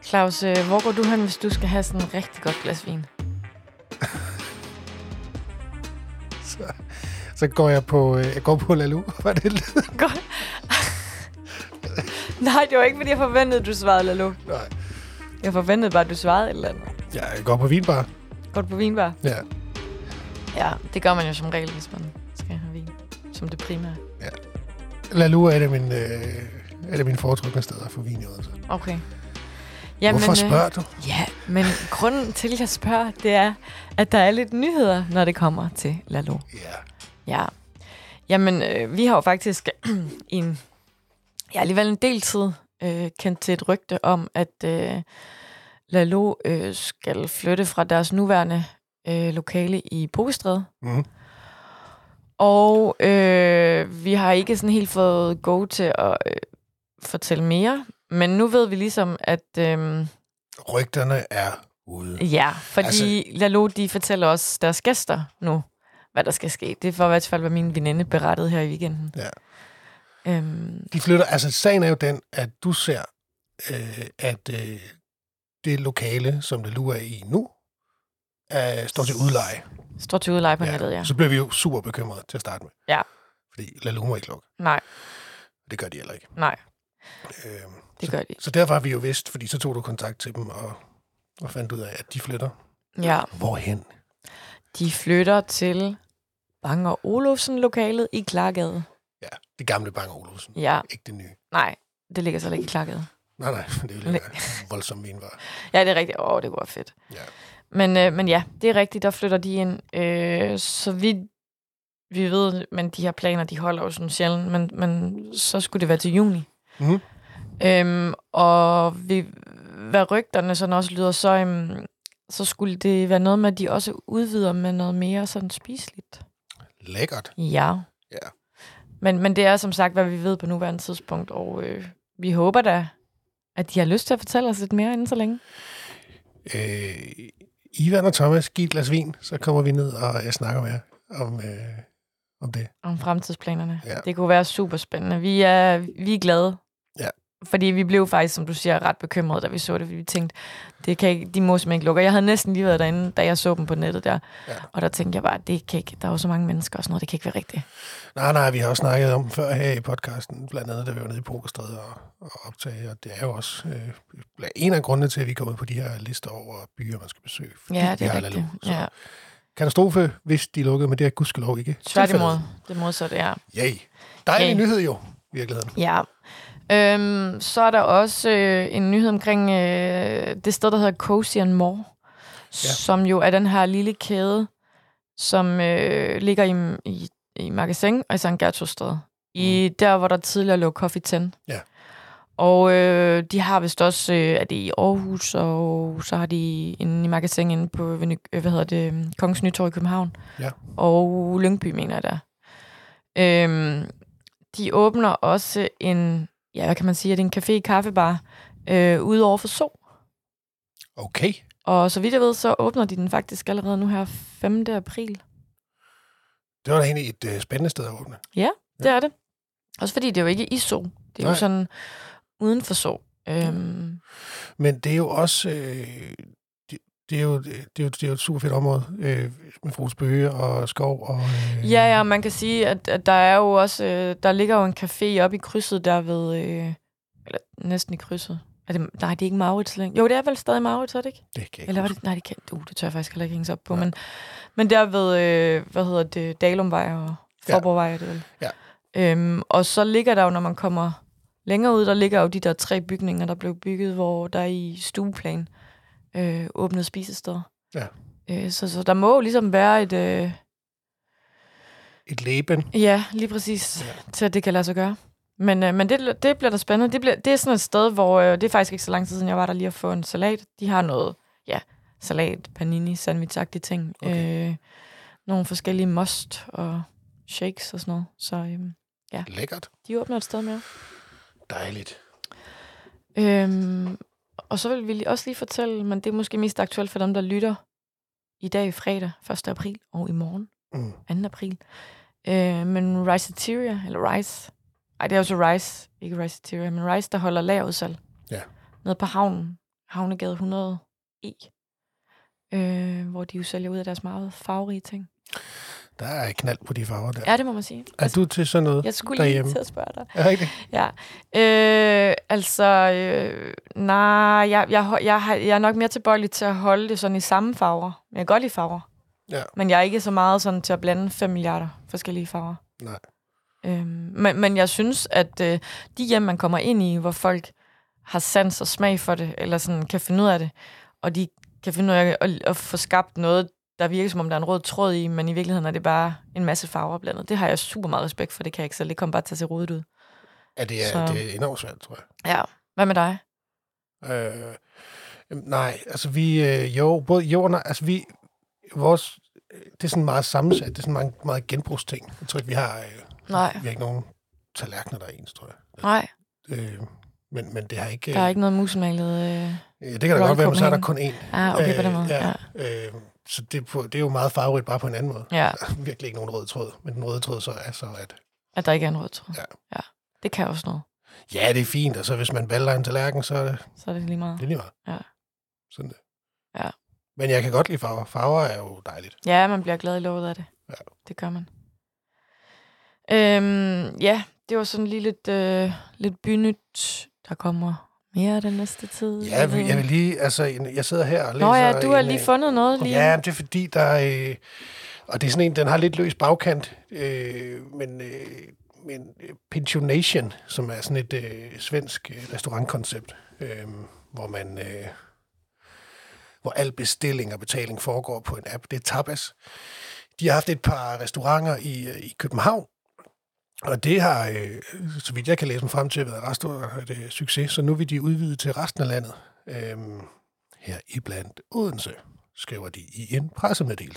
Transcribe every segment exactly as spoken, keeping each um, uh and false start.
Claus, øh, hvor går du hen, hvis du skal have sådan en rigtig godt glas vin? så, så går jeg på, øh, jeg går på Lalou. Hvad er det? Godt. Nej, det var ikke, fordi jeg forventede, at du svarede Lalou. Nej. Jeg forventede bare, at du svarede et eller andet. Ja, jeg går på vinbar. Går du på vinbar? Ja. Ja, det gør man jo som regel, hvis man skal have vin. Som det primære. Ja. Lalou er et af mine, øh, et af mine foretrukne steder for vin i Odense. Okay. Jamen, Hvorfor spørger du? Øh, ja, men grunden til, at jeg spørger, det er, at der er lidt nyheder, når det kommer til Lalou. Ja. Ja. Jamen, øh, vi har jo faktisk i en, ja, alligevel en del tid øh, kendt til et rygte om, at øh, Lalou øh, skal flytte fra deres nuværende øh, lokale i Bogestræde. Mm. Og øh, vi har ikke sådan helt fået go til at øh, fortælle mere. Men nu ved vi ligesom, at... Øh, Rygterne er ude. ja, fordi altså, Lalou, de fortæller også deres gæster nu, hvad der skal ske. Det får i hvert fald, hvad min veninde berettede her i weekenden. Ja. Øhm, De flytter, altså sagen er jo den, at du ser, øh, at øh, det lokale, som Lalou er i nu, øh, står til udleje. Står til udleje på ja. nettet, ja. Så bliver vi jo super bekymrede til at starte med. Ja. Fordi Lalou må ikke lukke. Nej. Det gør de heller ikke. Nej. Øhm, det så, gør de. Så derfor har vi jo vidst, fordi så tog du kontakt til dem og, og fandt ud af, at de flytter. Ja. Hvorhen? De flytter til Bang og Olufsen-lokalet i Klargade. Ja, det gamle Bang og Olufsen. Ja. Ikke det nye. Nej, det ligger så ikke i Klargade. Nej, nej, det er jo lidt voldsomt vinvar. Ja, det er rigtigt. Åh, det kunne være fedt. Ja. Men, øh, men ja, det er rigtigt, der flytter de ind. Øh, så vi, vi ved, men de her planer, de holder jo sådan sjældent, men, men så skulle det være til juni. Mm. Øhm, og vi, hvad rygterne sådan også lyder, så, øhm, så skulle det være noget med, at de også udvider med noget mere sådan spiseligt. Lækkert. Ja. Ja. Men, men det er som sagt, hvad vi ved på nuværende tidspunkt, og øh, vi håber da, at de har lyst til at fortælle os lidt mere inden så længe. Øh, Ivan og Thomas, giv et glas vin, så kommer vi ned, og jeg snakker med jer om, øh, om det. Om fremtidsplanerne. Ja. Det kunne være super spændende. Vi er, vi er glade. Ja. Fordi vi blev faktisk, som du siger, ret bekymrede, da vi så det. Vi tænkte, det kan ikke, de må simpelthen ikke lukke. Jeg havde næsten lige været derinde, da jeg så dem på nettet der. Ja. Og der tænkte jeg bare, det kan ikke, der er jo så mange mennesker og sådan noget, det kan ikke være rigtigt. Nej, nej, vi har også snakket om før her i podcasten, blandt andet, da vi var nede i Pokerstræde og, og optage, og det er jo også øh, en af grundene til, at vi er kommet på de her lister over byer, man skal besøge. Ja, det er rigtigt. Ja. Katastrofe, hvis de lukkede, men det er gudskelov ikke. Tværtimod, det modsatte, ja. Yay. Dejlig Yay. Nyhed jo, i virkeligheden. Ja. Øhm, så er der også øh, en nyhed omkring øh, det sted, der hedder Cozy and More, ja. Som jo er den her lille kæde, som øh, ligger i, i, i Magasin og i Sankt Gertrudsstræde. I mm. der, hvor der tidligere lå Coffee ten. Ja. Og øh, de har vist også, øh, er det i Aarhus, og så har de en i Magasin inde på, øh, hvad hedder det, Kongens Nytorv i København. Ja. Og Lyngby, mener jeg der. Øhm, de åbner også en, ja, hvad kan man sige, er det en café i kaffebar, øh, ude over for So. Okay. Og så vidt jeg ved, så åbner de den faktisk allerede nu her femte april. Det var da egentlig et øh, spændende sted at åbne. Ja, det ja. er det. Også fordi det er jo ikke i So. Det er Nej. jo sådan uden for So. Øhm. Men det er jo også... Øh, det, det, er jo, det, er jo, det er jo et super fedt område øh, med Frues Bøge og skov. Og, øh. Ja, ja, man kan sige, at, at der er jo også... Øh, der ligger jo en café oppe i krydset der ved... Øh, eller næsten i krydset. Er det, nej, det er ikke Maurits længere. Jo, det er vel stadig Maurits, er det ikke? Det kan Eller var det, nej, det kan uh, det tør jeg faktisk heller ikke hænge op på. Men, men der ved, øh, hvad hedder det, Dalumvej og Forborgvej, ja. er det vel. Ja. Øhm, og så ligger der jo, når man kommer længere ud, der ligger jo de der tre bygninger, der blev bygget, hvor der i stueplan øh, åbnede spisesteder. Ja. Øh, så, så der må jo ligesom være et... Øh, et leben. Ja, lige præcis, ja. Til at det kan lade sig gøre. Men, øh, men det, det bliver da spændende. Det, bliver, det er sådan et sted, hvor... Øh, det er faktisk ikke så lang tid siden, jeg var der lige at få en salat. De har noget, ja, salat, panini, sandwich-agtige ting. Okay. Øh, nogle forskellige must og shakes og sådan noget. Så øh, ja. Lækkert. De åbner et sted mere. Dejligt. Øhm, og så vil vi også lige fortælle, men det er måske mest aktuelt for dem, der lytter i dag, fredag, første april, og i morgen, mm. anden april. Øh, men Riceteria, eller Rice... Ej, det er jo så Rice, ikke Riceteria, men Rice, der holder lagerudsalg. Ja. Nede på havnen Havnegade hundrede E, øh, hvor de jo sælger ud af deres meget farverige ting. Der er knald på de farver der. Ja, det må man sige. Er du til sådan noget Jeg skulle derhjemme? lige til at spørge dig. Er det rigtigt? Ja. Øh, altså, øh, nej, jeg, jeg, jeg, jeg er nok mere tilbøjelig til at holde det sådan i samme farver. Jeg kan godt lide farver. Ja. Men jeg er ikke så meget sådan til at blande fem milliarder forskellige farver. Nej. Øhm, men, men jeg synes, at øh, de hjem, man kommer ind i, hvor folk har sans og smag for det, eller sådan kan finde ud af det, og de kan finde ud af at, at få skabt noget, der virker som om, der er en rød tråd i, men i virkeligheden er det bare en masse farver blandet. Det har jeg super meget respekt for, det kan jeg ikke selv. Det kommer bare til at se rodet ud. Ja, det er, Så. det er enormt svært, tror jeg. Ja. Hvad med dig? Øh, nej, altså vi, øh, jo, både jo og nej, altså vi, vores, det er sådan meget sammensat, det er sådan meget, meget genbrugsting. Jeg tror ikke, vi har, øh, Nej. vi har ikke nogen tallerkener, der er ens, tror jeg. Nej. Øh, men, men det har ikke... Der er ikke noget musemalet... Øh, øh, det kan da godt være, men så er der kun én. Ah, okay, på den måde, ja. ja. Øh, så det er, på, det er jo meget farverigt, bare på en anden måde. Ja. Der er virkelig ikke nogen rød tråd, men den røde tråd så er så, at... At der ikke er en rød tråd. Ja. Ja. Det kan også noget. Ja, det er fint, og så hvis man valgte en tallerken, så er det... Så er det lige meget. Det er lige meget. Ja. Sådan det. Ja. Men jeg kan godt lide farver. Farver er jo dejligt. Ja, man bliver glad i lovet af det. Ja. Det gør man. Øhm, ja, det var sådan lige lidt, øh, lidt bynyt. Der kommer mere den næste tid. Ja, vi, jeg vil lige... Altså, jeg sidder her og læser... Nå ja, du har en, lige fundet noget lige. Ja, det er fordi, der er... Øh, og det er sådan en, den har lidt løs bagkant, øh, men... Øh, men Pensionation, som er sådan et øh, svensk øh, restaurantkoncept, øh, hvor man... Øh, hvor al bestilling og betaling foregår på en app. Det er Tapas. De har haft et par restauranter i, i København, og det har, øh, så vidt jeg kan læse mig frem til, været ret et succes, så nu vil de udvide til resten af landet. Øhm, her i blandt Odense, skriver de i en pressemeddelelse.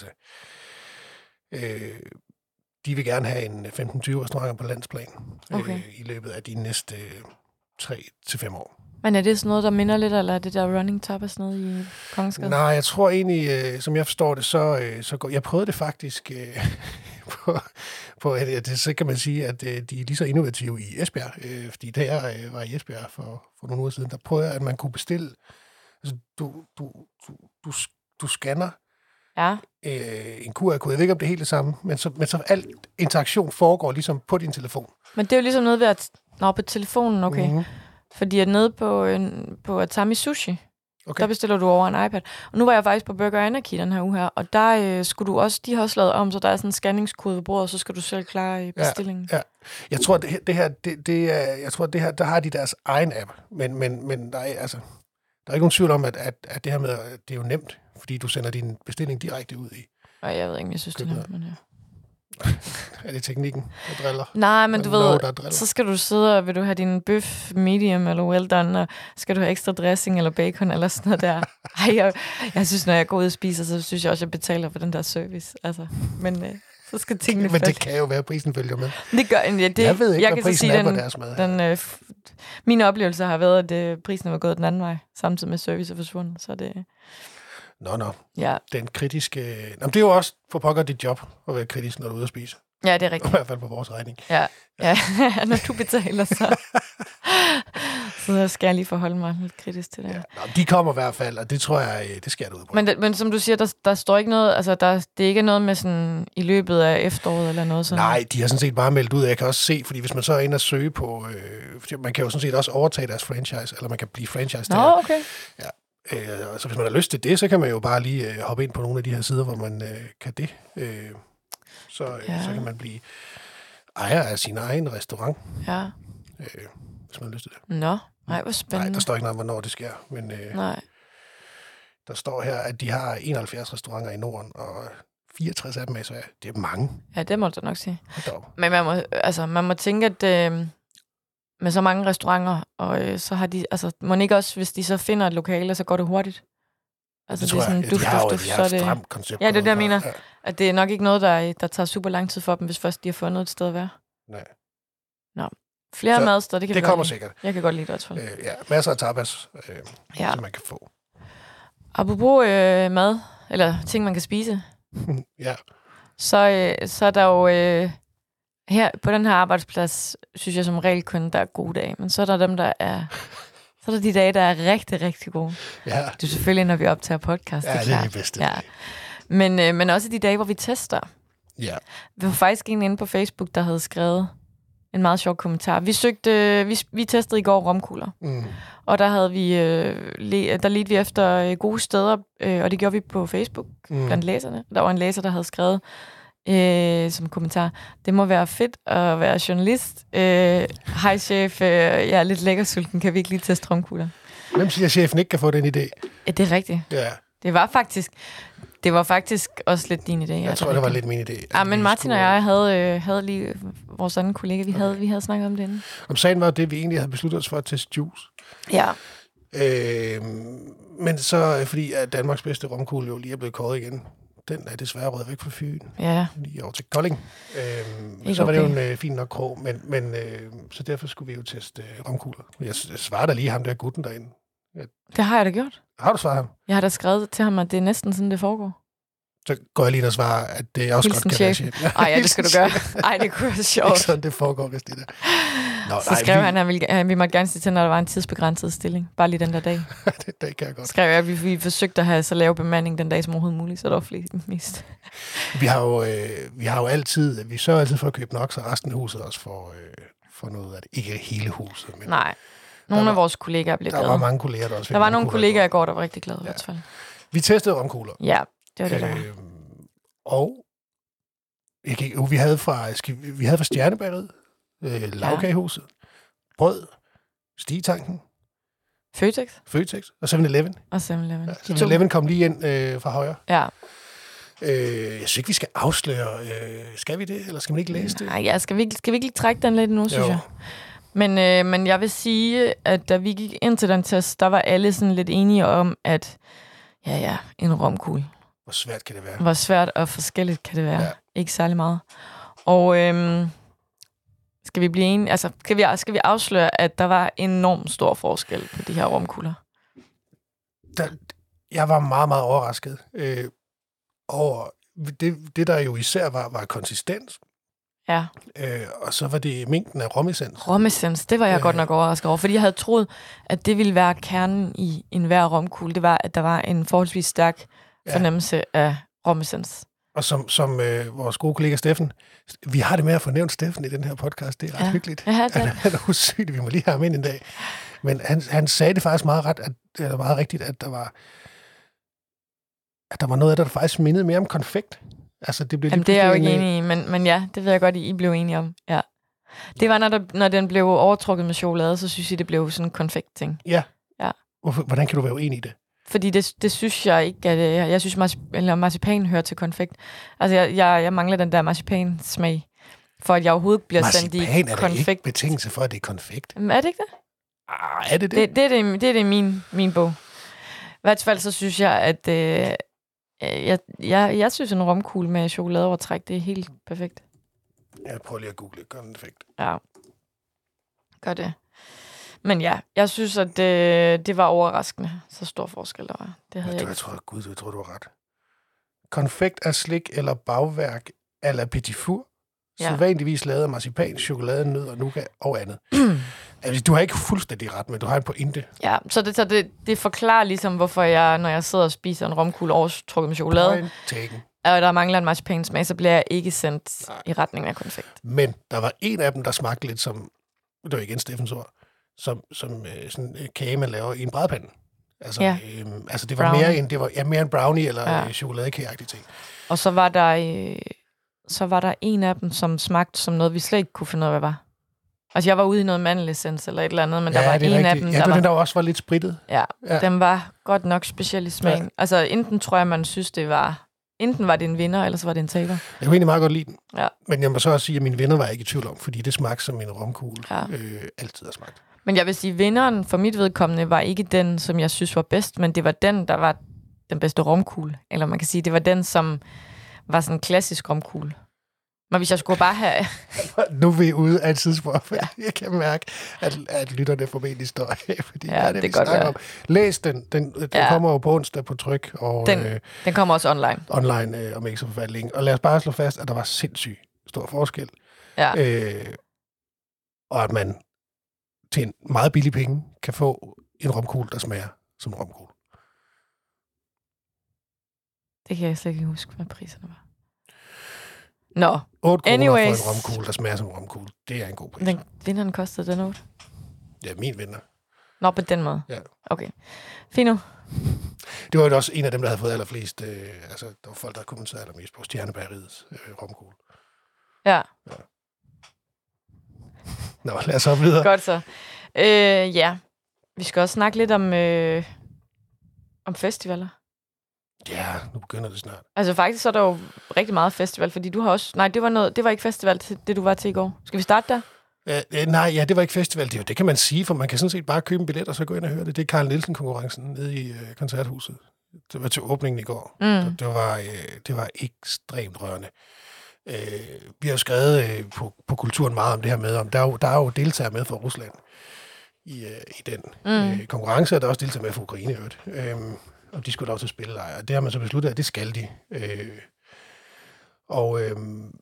Øh, de vil gerne have en femten til tyve restauranter på landsplan okay. øh, i løbet af de næste tre til fem år. Men er det sådan noget, der minder lidt, eller er det der running tapas nede i Kongensgade? Nej, jeg tror egentlig, øh, som jeg forstår det, så, øh, så går, jeg prøvede det faktisk øh, på, på at det, så kan man sige, at øh, de er lige så innovative i Esbjerg, øh, fordi da jeg øh, var i Esbjerg for, for nogle uger siden, der prøvede jeg, at man kunne bestille, altså du, du, du, du, du scanner ja. øh, en Q R-kode, jeg ved ikke, om det er helt det samme, men så, men så al interaktion foregår ligesom på din telefon. Men det er jo ligesom noget ved at... Nå, på telefonen, okay. Mm-hmm. Fordi at nede på, en, på Atami Sushi, okay. Der bestiller du over en iPad. Og nu var jeg faktisk på Burger Anarchy den her uge her, og der øh, skulle du også, de har også lavet om, så der er sådan en scanningskode ved bordet, og så skal du selv klare bestillingen. Ja, ja. Jeg tror, det her, det her, det, det er, jeg tror, det her, der har de deres egen app, men, men, men der er altså, der er ikke nogen tvivl om, at, at, at det her med, det er jo nemt, fordi du sender din bestilling direkte ud i. Og jeg ved ikke, om jeg synes, det er nemt, men ja. Er det teknikken, der driller? Nej, men du know, ved, så skal du sidde og vil du have din bøf medium eller well done, og skal du have ekstra dressing eller bacon eller sådan noget der. Ej, jeg, jeg synes, når jeg går ud og spiser, så synes jeg også, at jeg betaler for den der service. Altså, men øh, så skal tingene Men det kan jo være, at prisen følger med. Det gør, ja, det, jeg ved ikke, jeg hvad prisen er på deres mad. Den, øh, mine oplevelser har været, at øh, prisen var gået den anden vej, samtidig med service er forsvundet, så det... Nå, nå. Ja. Den kritiske... Nå, det er jo også for pokker dit job at være kritisk, når du er ude at spise. Ja, det er rigtigt. I hvert fald på vores regning. Ja, ja. Når du betaler, så... så skal jeg lige forholde mig lidt kritisk til det. Ja. Nå, de kommer i hvert fald, og det tror jeg, det skal du ud på. Men, men som du siger, der, der står ikke noget... Altså, der, det er ikke noget med sådan i løbet af efteråret eller noget sådan? Nej, de har sådan set bare meldt ud. Jeg kan også se, fordi hvis man så er inde og søge på... Øh, man kan jo sådan set også overtage deres franchise, eller man kan blive franchise der. Nå, okay. Ja. Øh, så hvis man har lyst til det, så kan man jo bare lige øh, hoppe ind på nogle af de her sider, hvor man øh, kan det. Øh, så, øh, ja. så kan man blive ejer af sin egen restaurant. Ja. Øh, hvis man har lyst til det. Nå, nej, hvor spændende. Nej, der står ikke noget om, hvornår det sker. Men øh, nej. Der står her, at de har enoghalvfjerds restauranter i Norden, og fireogtres af dem er så det er mange. Ja, det må du nok sige. Men man må, altså, man må tænke, at... Øh, med så mange restauranter, og øh, så har de, altså, må ikke også, hvis de så finder et lokale, så går det hurtigt. Altså, det, det er sådan, jeg, duft, de har duft, jo duft, et så er det... stramt koncept. Ja, det er det, jeg mener. Ja. At det er nok ikke noget, der, der tager super lang tid for dem, hvis først de har fundet et sted at være. Nej. Nå. Flere madsteder, det kan det vi kommer godt sikkert. Jeg kan godt lide det, i hvert fald. Øh, ja, masser af tapas, øh, ja. som man kan få. Apropos øh, mad, eller ting, man kan spise, ja. så, øh, så er der jo... Øh, her på den her arbejdsplads, synes jeg som regel kun, der er gode dage. Men så er der dem, der er Så er der de dage, der er rigtig, rigtig gode. Ja. Det er selvfølgelig, når vi optager podcast. Ja, det er, det er klart. de bedste ja. Men, øh, men også de dage, hvor vi tester. Ja. Vi var faktisk en inde på Facebook, der havde skrevet en meget sjov kommentar. Vi søgte, vi, vi testede i går romkugler. Mm. Og der havde vi, øh, le, der ledte vi efter øh, gode steder, øh, og det gjorde vi på Facebook mm. blandt læserne. Der var en læser, der havde skrevet øh, som kommentar, det må være fedt at være journalist. Øh, Hej chef, øh, jeg er lidt lækkersulten, kan vi ikke lige teste romkugler? Hvem siger, at chefen ikke kan få den idé? Ja, det er rigtigt. Ja. Det var faktisk... Det var faktisk også lidt din idé. Jeg tror, det, det var lidt min idé. Ja, men Martin og jeg havde, øh, havde lige vores anden kollega, vi, okay. havde, vi havde snakket om det inden. Om sagen var det, vi egentlig havde besluttet os for at teste juice. Ja. Øh, men så, fordi at Danmarks bedste romkugle jo lige er blevet kåret igen, den er desværre røget væk fra Fyn. Ja. Lige over til Kolding. Øh, så var okay. Det jo en øh, fin nok krog, men, men øh, så derfor skulle vi jo teste øh, romkugler. Jeg svarede da lige ham der gutten derinde. Jeg, det har jeg da gjort. Har du svaret ham? Jeg har da skrevet til ham, at det er næsten sådan, det foregår. Så går jeg lige og svarer, at det også Hilsen godt kan chef. være chef. Ej, ja, det skal du gøre. Ej, det kunne være sjovt. Ikke sådan, det foregår, hvis det er der. Nå, så nej, skrev vi... han, at vi, vi måtte gerne sige til, når der var en tidsbegrænset stilling. Bare lige den der dag. det dag kan jeg godt. Skrev jeg, at vi, vi forsøgte at have så lav bemanding den dag som overhovedet muligt, så det var flest mest. Vi har jo, øh, vi har jo altid, vi sørger altid for at købe nok, så resten af huset også får, øh, får noget af det. Ikke hele huset, men... Nej. Nogle var, af vores kollegaer blev glade. Der var mange kolleger, der også Der var nogle kollegaer i går, der var rigtig glade i hvert fald. Vi testede romkugler. Ja, det var det, der var. Øh, og jeg kan, jo, vi havde fra, vi havde fra Stjernebadet, øh, Lavkagehuset, Brød, Stigetanken, Føtex. Føtex og seven eleven. Og seven eleven. Ja, seven eleven kom lige ind øh, fra højre. Ja. Øh, jeg synes ikke, vi skal afsløre. Øh, skal vi det, eller skal man ikke læse det? Nej, ja, skal vi ikke, skal vi ikke lige trække den lidt nu, synes jo. jeg? Men, øh, men jeg vil sige, at da vi gik ind til den test, der var alle sådan lidt enige om, at ja, ja, en romkugle. Hvor svært kan det være? Hvor svært og forskelligt kan det være. Ja. Ikke særlig meget. Og øhm, skal vi blive enige, altså skal vi, skal vi afsløre, at der var enormt stor forskel på de her romkugler? Der, jeg var meget, meget overrasket øh, over det, det, der jo især var, var konsistens. Ja. Øh, og så var det mængden af romessens. Romessens, det var jeg øh. godt nok overrasket over, fordi jeg havde troet, at det ville være kernen i enhver romkugle. Det var, at der var en forholdsvis stærk fornemmelse ja. af romessens. Og som, som øh, vores gode kollega Steffen, vi har det med at få nævnt Steffen i den her podcast, det er ret ja. hyggeligt. Ja, det er han er usygt, vi må lige have ham ind en dag. Men han, han sagde det faktisk meget, ret, at, eller meget rigtigt, at der var at der var noget af det, der faktisk mindede mere om konfekt. Altså, det blev Jamen, det er jeg jo ikke enig i, men, men ja, det ved jeg godt, I blev enige om. Ja. Det var, når, der, når den blev overtrukket med chokolade, så synes jeg, det blev sådan en konfekt-ting. Ja. ja. Hvorfor, hvordan kan du være uenig i det? Fordi det, det synes jeg ikke, at jeg, jeg synes, marcip- eller marcipan hører til konfekt. Altså, jeg, jeg, jeg mangler den der marcipan-smag, for at jeg overhovedet bliver marcipan sendt i konfekt. Marcipan er da ikke betingelse for, at det er konfekt. Men er det ikke det? Ah, er det det? Det, det, er, det, det er det i min, min bog. I hvert fald så synes jeg, at øh, jeg, jeg, jeg synes, en romkugle med chokoladeovertræk, det er helt perfekt. Jeg prøver lige at google konfekt. Ja, gør det. Men ja, jeg synes, at det, det var overraskende, så stor forskel der var. Det havde jeg, jeg, jeg tror, Gud, jeg tror, du har ret. Konfekt er slik eller bagværk a la petit four, ja. Sædvanligvis lavet af marcipan, chokolade, nød og nougat og andet. Altså, du har ikke fuldstændig ret, men du har en pointe. Ja, så det, så det, det forklarer ligesom, hvorfor jeg, når jeg sidder og spiser en romkugle overtrukket med chokolade, og der mangler en marcipansmag, så bliver jeg ikke sendt Nej. i retning af konfekt. Men der var en af dem, der smagte lidt som, det var igen Steffens ord, som, som øh, sådan en kage, man laver i en brædpande. Altså, ja. øh, altså det var mere en, det var ja, mere en brownie eller ja. chokoladekage-agtig ting. Og så var der øh, så var der en af dem, som smagte som noget, vi slet ikke kunne finde ud af, hvad var. Altså, jeg var ude i noget mandelessens eller et eller andet, men ja, der var en rigtigt. af dem, ja, der det var var... den, der også var lidt sprittet. Ja, ja, den var godt nok speciel i smagen. Ja. Altså, enten tror jeg, man synes, det var... Enten var det en vinder, eller så var det en taber. Jeg kunne egentlig meget godt lide den. Ja. Men jeg må så også sige, at mine venner var ikke i tvivl om, fordi det smagte som en romkugle ja. øh, altid har smagt. Men jeg vil sige, at vinderen for mit vedkommende var ikke den, som jeg synes var bedst, men det var den, der var den bedste romkugle. Eller man kan sige, det var den, som var sådan en klassisk romkugle. Men hvis jeg skulle bare have... Nu er vi ude af et tidsspor, fordi ja. jeg kan mærke, at, at lytterne formentlig står af, fordi ja, det, det, det godt om. Læs den. Den, den ja. kommer jo på onsdag på tryk. Og, den, øh, den kommer også online. Online, øh, om ikke så forfærdelig. Og lad os bare slå fast, at der var sindssygt stor forskel. Ja. Øh, og at man til en meget billig penge kan få en romkugle, der smager som en romkugle. Det kan jeg slet ikke huske, hvad priserne var. Nå, otte kroner anyways. for en romkugle, der smager som en romkugle. Det er en god pris. Den, vinderen kostede den otte? Ja, min vinder. Nå, på den måde? Ja. Okay. Fino. Det var jo også en af dem, der havde fået allerflest... Øh, altså, der var folk, der havde kommenteret allermest på Stjernebæreriets øh, romkugle. Ja. ja. Nå, lad os hoppe videre. Godt så. Øh, ja, vi skal også snakke lidt om, øh, om festivaler. Ja, nu begynder det snart. Altså faktisk så er der jo rigtig meget festival, fordi du har også... Nej, det var, noget, det var ikke festival, det du var til i går. Skal vi starte der? Ja, nej, ja, det var ikke festival. Det, det kan man sige, for man kan sådan set bare købe en billet, og så gå ind og høre det. Det er Carl Nielsen-konkurrencen nede i øh, Koncerthuset. Det var til åbningen i går. Mm. Det, det, var, øh, det var ekstremt rørende. Øh, vi har jo skrevet øh, på, på kulturen meget om det her med, om der er jo, der er jo deltagere med fra Rusland i, øh, i den mm. øh, konkurrence, og der er også deltagere med fra Ukraine. Øh, og de skulle da også til spillelejre. Det har man så besluttet, at det skal de. Øh, og... Øh,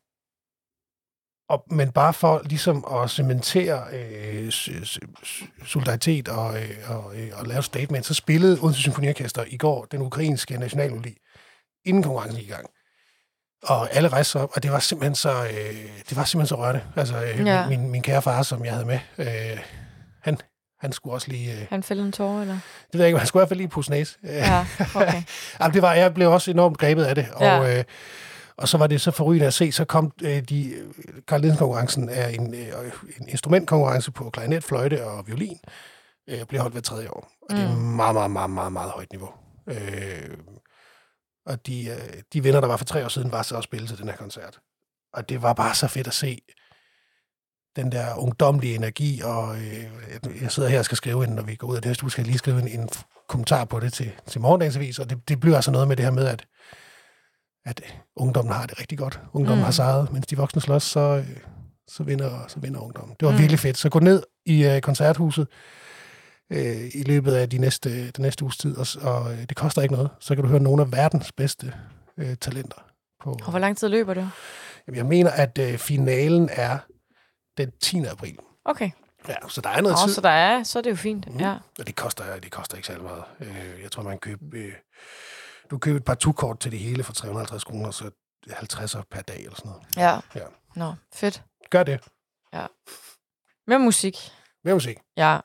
Og, men bare for ligesom at cementere øh, solidaritet og, øh, og, øh, og lave statement, så spillede Odense Symfoniorkester i går den ukrainske nationalmelodi, inden konkurrencen i gang. Og alle rejste sig op, og det var simpelthen så, øh, det var simpelthen så rørende. Altså, øh, ja. min, min kære far, som jeg havde med, øh, han, han skulle også lige... Øh, han fældede en tårer, eller? Det ved jeg ikke, men han skulle i hvert fald lige pusse næse. Ja, okay. Jamen, det var, jeg blev også enormt grebet af det, og... Ja. Øh, Og så var det så forrygende at se, så kom øh, de, Carl Nielsen-konkurrencen er en, øh, en instrumentkonkurrence på klarinet, fløjte og violin, øh, bliver holdt hver tredje år. Og mm. det er meget, meget, meget, meget, meget højt niveau. Øh, og de, øh, de venner, der var for tre år siden, var så også spillet til den her koncert. Og det var bare så fedt at se den der ungdomlige energi, og øh, jeg sidder her og skal skrive ind, når vi går ud af det her studie, skal jeg lige skrive en, en kommentar på det til, til morgendagens avis, og det, det bliver altså noget med det her med, at at ungdommen har det rigtig godt. Ungdommen mm. har sejret, mens de voksne slås, så, øh, så, vinder, så vinder ungdommen. Det var mm. virkelig fedt. Så gå ned i øh, koncerthuset øh, i løbet af de næste, den næste uges tid, og, og øh, det koster ikke noget. Så kan du høre nogle af verdens bedste øh, talenter. På, og hvor lang tid løber du? Jamen, jeg mener, at øh, finalen er den tiende april. Okay. Ja, så der er noget oh, tid. Så der er, så er det jo fint. Mm. Ja. Og det koster, det koster ikke særlig meget. Øh, jeg tror, man kan købe... Øh, Du køber et par to-kort til det hele for tre hundrede og halvtreds kroner, så halvtreds per dag eller sådan noget. Ja. ja. Nå, fedt. Gør det. Ja. Med musik. Med musik. Ja.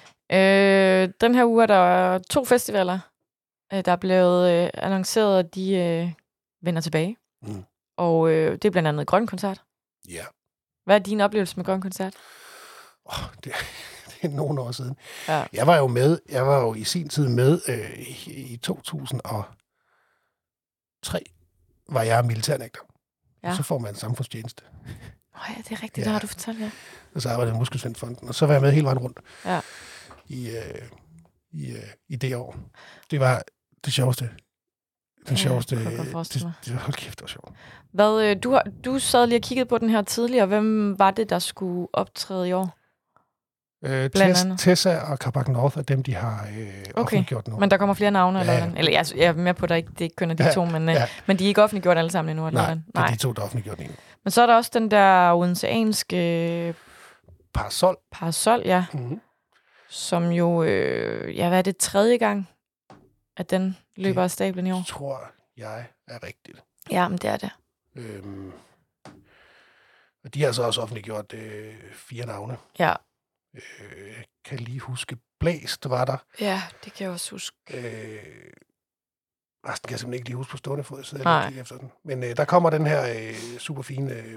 Øh, den her uge er der to festivaler, øh, der er blevet øh, annonceret, at de øh, vender tilbage. Mm. Og øh, det er blandt andet Grøn Koncert. Ja. Hvad er din oplevelse med Grøn Koncert? Oh, det, det er nogle år siden. Ja. Jeg var jo med, jeg var jo i sin tid med øh, i, i to tusind og tre var jeg militærnægter. Ja. Og så får man en samfundstjeneste. Åh oh, ja, det er rigtigt, ja. Det har du fortalt, ja. Og så arbejdede jeg i Muskelsvindfonden, og så var jeg med hele vejen rundt ja. i, øh, i, øh, i det år. Det var det sjoveste. Den ja, sjoveste. Det, det, hold kæft, det var sjovt. Hvad, øh, du, har, du sad lige og kiggede på den her tidligere. Hvem var det, der skulle optræde i år? Øh, Tess, Tessa og Carbac North er dem, de har øh, okay. offentliggjort nu. Men der kommer flere navne, ja, eller hvordan? Eller jeg, jeg er med på, at der ikke, det ikke kun er de ja, to, men, ja. øh, men de er ikke offentliggjort alle sammen endnu, eller Nej, hvordan? Nej, det er de to, der er offentliggjort endnu. Men så er der også den der odenseanske... Parasol. Parasol, ja. Mm-hmm. Som jo, øh, ja, hvad er det, tredje gang, at den løber af stablen i år? Det tror jeg er rigtigt. Ja, men det er det. Øhm, og de har så også offentliggjort øh, fire navne. Ja. Øh, jeg kan lige huske, Blæst var der. Ja, det kan jeg også huske. Øh, resten kan jeg simpelthen ikke lige huske på stående fod, så jeg lige efter den. Men øh, der kommer den her øh, super fine øh,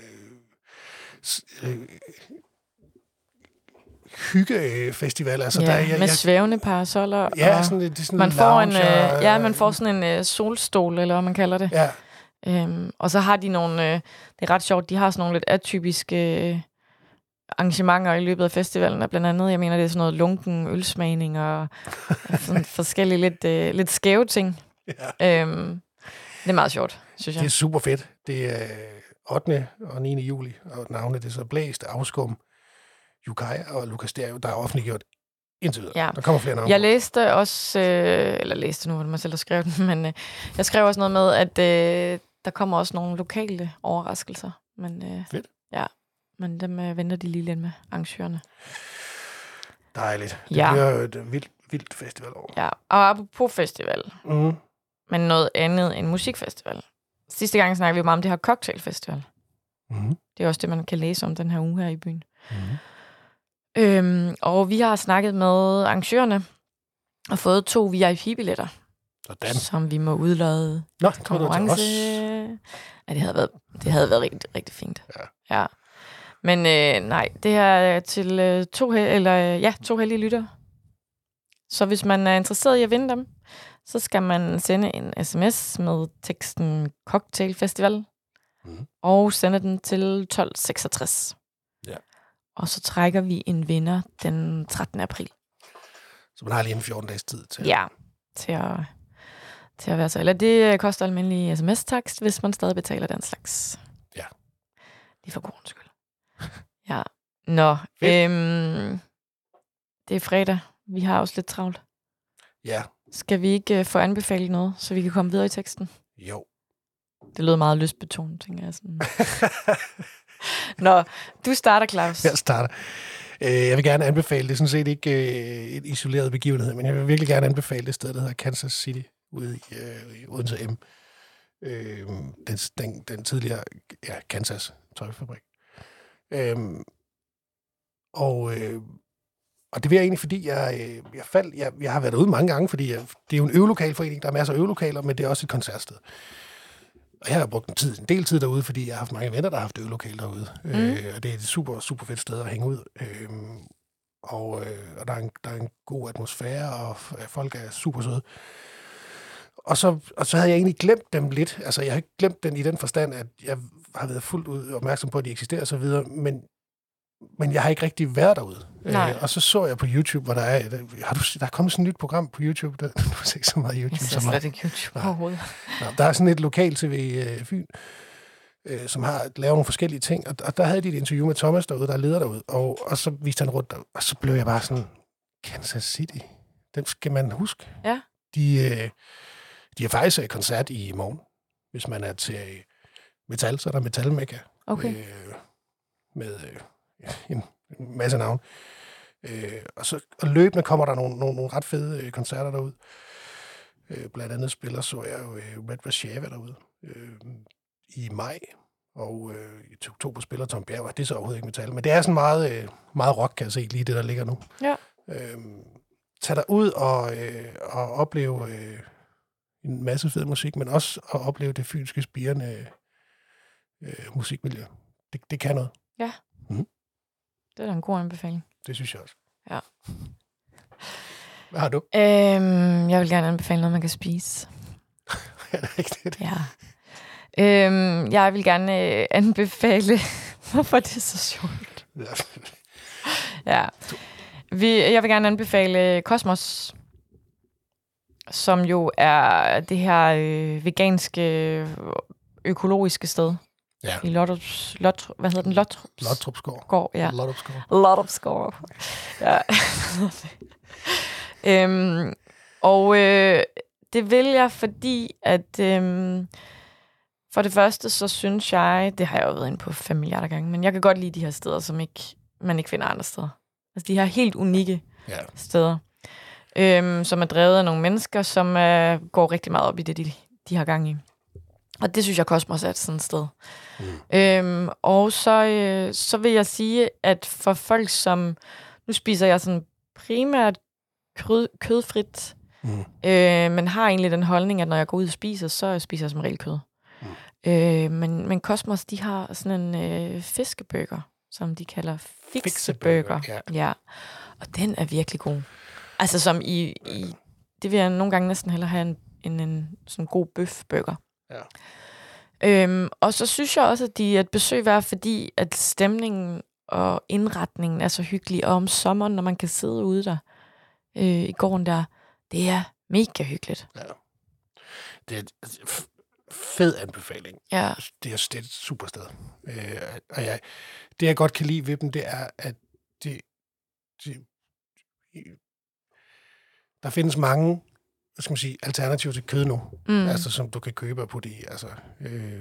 øh, hyggefestival. Altså, ja, der, jeg, med jeg, svævende parasoller. Ja, sådan, det er sådan man får en, øh, ja, man får sådan en øh, solstol, eller hvad man kalder det. Ja. Øhm, og så har de nogle, øh, det er ret sjovt, de har sådan nogle lidt atypiske øh, arrangementer i løbet af festivalen, blandt andet, jeg mener, det er sådan noget lunken ølsmagning og sådan forskellige lidt, øh, lidt skæve ting. Ja. Øhm, det er meget sjovt, synes jeg. Det er super fedt. Det er ottende og niende juli, og navnet det er så Blæst, Afskum, Yukai og Lukas Stereo, der er offentliggjort indtil videre. Ja. Der kommer flere navne. Jeg læste også, øh, eller læste nu, var det mig selv, der skrev den, men øh, jeg skrev også noget med, at øh, der kommer også nogle lokale overraskelser. Men, øh, fedt. Ja, men dem øh, venter de lige lidt med, arrangørerne. Dejligt. Det Ja. bliver jo et vildt, vildt festivalår. Ja, og apropos festival, Mm. men noget andet end musikfestival. Sidste gang snakkede vi meget om det her cocktailfestival. Mm. Det er også det, man kan læse om den her uge her i byen. Mm. Øhm, og vi har snakket med arrangørerne og fået to V I P-billetter, Sådan. som vi må udlade Nå, det tror du til os. Ja, det havde været, det havde været rigtig, rigtig fint. Ja. Ja. Men øh, nej, det her er til øh, to, he- eller, øh, ja, to heldige lyttere. Så hvis man er interesseret i at vinde dem, så skal man sende en sms med teksten Cocktail Festival, mm. og sende den til tolv seksogtres. Ja. Og så trækker vi en vinder den trettende april. Så man har lige en fjorten dages tid til. Ja, til at, til at være så. Eller det koster almindelig sms-takst, hvis man stadig betaler den slags. Ja. Det er for god skyld. Ja. Nå, øhm, det er fredag. Vi har også lidt travlt. Ja. Skal vi ikke uh, få anbefalet noget, så vi kan komme videre i teksten? Jo. Det lød meget lystbetonet, tænker jeg sådan. Nå, du starter, Claus. Jeg starter. Jeg vil gerne anbefale, det er sådan set ikke et isoleret begivenhed, men jeg vil virkelig gerne anbefale det sted, der hedder Kansas City, ude i, øh, i Odense M. Øh, den, den, den tidligere ja, Kansas tøjfabrik. Øh, og, øh, og det vil jeg egentlig, fordi jeg, jeg, faldt, jeg, jeg har været derude mange gange, fordi jeg, det er jo en øvelokalforening, der er masser af øvelokaler, men det er også et koncertsted. Og jeg har brugt en, tid, en del tid derude, fordi jeg har haft mange venner, der har haft øvelokale derude. Mm. Øh, og det er et super, super fedt sted at hænge ud. Øh, og øh, og der, er en, der er en god atmosfære, og folk er super søde. Og så, og så havde jeg egentlig glemt dem lidt. Altså, jeg har ikke glemt den i den forstand, at jeg har været fuldt ud opmærksom på, at de eksisterer og så videre, men, men jeg har ikke rigtig været derude. Øh, og så så jeg på YouTube, hvor der er, der, har du, der er kommet sådan et nyt program på YouTube, der, du har ikke så meget YouTube. Jeg ser slet ikke YouTube overhovedet. Der er sådan et lokal-tv i Fyn, øh, som har lavet nogle forskellige ting, og, og der havde de et interview med Thomas derude, der er leder derude, og, og så viste han rundt, og så blev jeg bare sådan, Kansas City, den skal man huske. Ja. De, øh, de har faktisk et koncert i morgen, hvis man er til metal, så er der Metal-Mekka. Okay. Øh, med øh, en, en masse navn. Øh, og, så, og løbende kommer der nogle, nogle, nogle ret fede øh, koncerter derude. Øh, blandt andet spiller, så jeg jo øh, Red Warszawa derude øh, i maj, og øh, i oktober spiller Tom Bjerg, og det er så overhovedet ikke metal, men det er sådan meget, øh, meget rock, kan jeg se, lige det, der ligger nu. Ja. Øh, tag dig ud og, øh, og opleve øh, en masse fed musik, men også at opleve det fynske spirende øh, musikmiljø. Det, det kan noget. Ja. Mm. Det er da en god anbefaling. Det synes jeg også. Ja. Hvad har du? Øhm, jeg vil gerne anbefale noget, man kan spise. Ja, det er rigtigt. Ja. Øhm, jeg vil gerne øh, anbefale... Hvorfor er det så sjovt? Ja. Vi, jeg vil gerne anbefale Kosmos, som jo er det her øh, veganske, økologiske sted. Ja. I Lottrups, Lot, hvad hedder den? Lottrups? Lottrupsgård. Gård, ja. Lottrupsgård. Lottupsgård. Ja. øhm, og øh, det vil jeg, fordi at øhm, for det første, så synes jeg, det har jeg jo været inde på fem milliarder gange, men jeg kan godt lide de her steder, som ikke, man ikke finder andre steder. Altså de her helt unikke ja. steder, øhm, som er drevet af nogle mennesker, som øh, går rigtig meget op i det, de, de har gang i. Og det synes jeg, Kosmos er et sådan sted. Mm. Øhm, og så, øh, så vil jeg sige, at for folk, som... Nu spiser jeg sådan primært kød, kødfrit, mm. øh, men har egentlig den holdning, at når jeg går ud og spiser, så spiser jeg som regel kød. Mm. Øh, men, men Kosmos, de har sådan en øh, fiskeburger, som de kalder fikseburger. Ja. ja. Og den er virkelig god. Altså som i, i... Det vil jeg nogle gange næsten hellere have en, en, en sådan god bøfburger. Ja. Øhm, og så synes jeg også, at de er et besøg værd, fordi at stemningen og indretningen er så hyggelig. Og om sommeren, når man kan sidde ude der øh, i gården der, det er mega hyggeligt. Ja. Det er en fed anbefaling. Ja. Det er, det er et super sted. Øh, og jeg, det, jeg godt kan lide ved dem, det er, at det, det, der findes mange hvad skal man sige, alternativ til kød nu, mm. altså som du kan købe og putte i, altså, øh,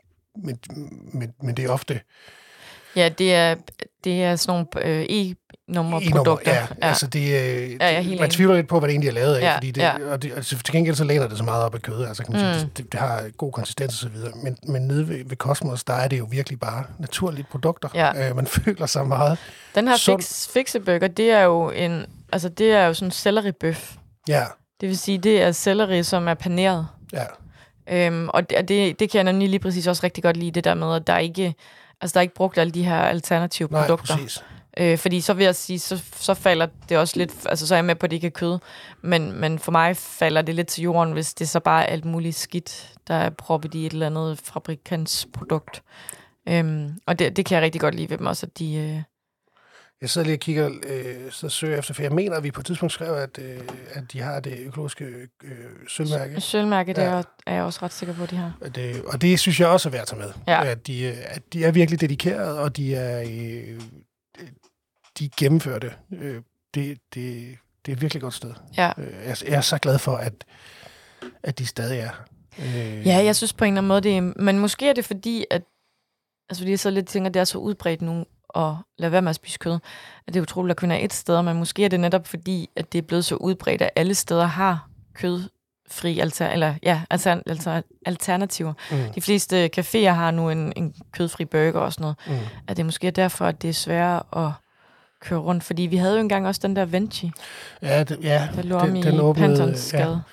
men, men, men det er ofte... Ja, det er, det er sådan nogle øh, numre produkter. Ja, ja. Altså det, ja, jeg man tvivler lidt på, hvad det egentlig er lavet af, ja, fordi det, ja. og det, altså, til gengæld så læner det så meget op af kød, altså kan man mm. sige, det, det har god konsistens og så videre, men, men nede ved, ved Cosmos, der er det jo virkelig bare naturlige produkter. Ja. Øh, man føler sig meget Den her fix, fixeburger, det er jo en, altså det er jo sådan en selleribøf. Ja. Det vil sige, det er selleri, som er paneret. Ja. Øhm, og det, det, det kan jeg nemlig lige præcis også rigtig godt lide, det der med, at der ikke, altså der er ikke brugt alle de her alternative Nej, produkter. Præcis. Øh, fordi så vil jeg sige, så, så falder det også lidt, altså så er jeg med på, at det ikke er kød, men, men for mig falder det lidt til jorden, hvis det så bare er alt muligt skidt, der er proppet i et eller andet fabrikantsprodukt. Øhm, og det, det kan jeg rigtig godt lide ved dem også, at de... Øh, Jeg sidder lige og kigger, øh, så søger efter, for jeg mener, at vi på et tidspunkt skrev, at, øh, at de har det økologiske øh, sølvmærke. Sølvmærke, det ja. er, er jeg også ret sikker på, at de har. Og det, og det synes jeg også er værd at tage med. Ja. At, de, at de er virkelig dedikerede, og de er, øh, de gennemfører det. Øh, det, det. Det er et virkelig godt sted. Ja. Jeg, jeg er så glad for, at, at de stadig er. Øh, ja, jeg synes på en eller anden måde, det er, men måske er det fordi, at altså fordi jeg så lidt tænker, at det er så udbredt nu, og lade være med at spise kød, at det er utroligt at kun er et sted, men måske er det netop fordi, at det er blevet så udbredt, at alle steder har kødfri alter, eller, ja, alter, alter, alternativer. Mm. De fleste caféer har nu en, en kødfri burger og sådan noget. Mm. At det måske er derfor, at det er sværere at køre rundt, fordi vi havde jo engang også den der Venti, ja, det, ja, der lå den, om i den åbnede, Pantons Gade.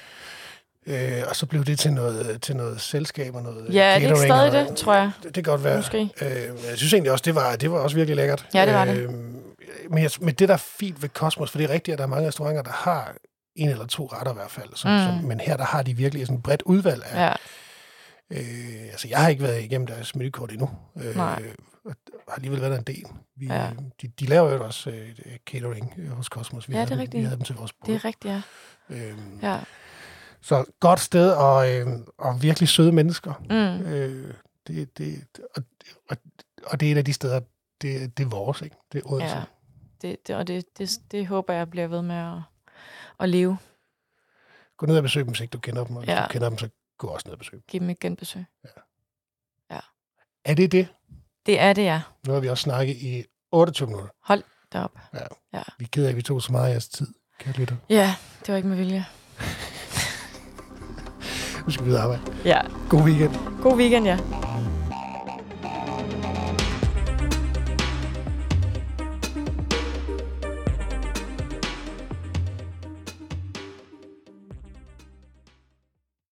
Øh, og så blev det til noget, til noget selskab og noget... Ja, er det ikke stadig det, tror jeg? Det, det kan godt være. Måske. Øh, jeg synes egentlig også, det var, det var også virkelig lækkert. Ja, det var det. Øh, men, jeg, men det, der er fint ved Cosmos, for det er rigtigt, at der er mange restauranter, der har en eller to retter i hvert fald. Som, mm. som, men her, der har de virkelig sådan et bredt udvalg af... Ja. Øh, altså, jeg har ikke været igennem deres menukort endnu. Øh, Nej. Og har alligevel været der en del. Vi, ja. de, de laver jo også øh, catering hos Cosmos. Vi ja, det er havde, rigtigt. Vi havde dem til vores brug. Det er rigtigt, ja. Øhm, ja. Så godt sted, og, øh, og virkelig søde mennesker. Mm. Øh, det, det, og, og, og det er et af de steder, det, det er vores, ikke? Det er Odense. Ja, det, det, og det, det, det håber jeg bliver ved med at, at leve. Gå ned og besøg dem, hvis ikke du kender dem, og hvis ja. du kender dem, så gå også ned og besøg dem. Giv dem et genbesøg. Ja. ja. Er det det? Det er det, ja. Nu har vi også snakket i otteogtyve minutter. Hold da op. Ja. ja. Vi er ked af, at vi tog så meget af jeres tid, kære lytter. Ja, det var ikke med vilje. Nu skal vi videre arbejde. Ja. God weekend. God weekend, ja.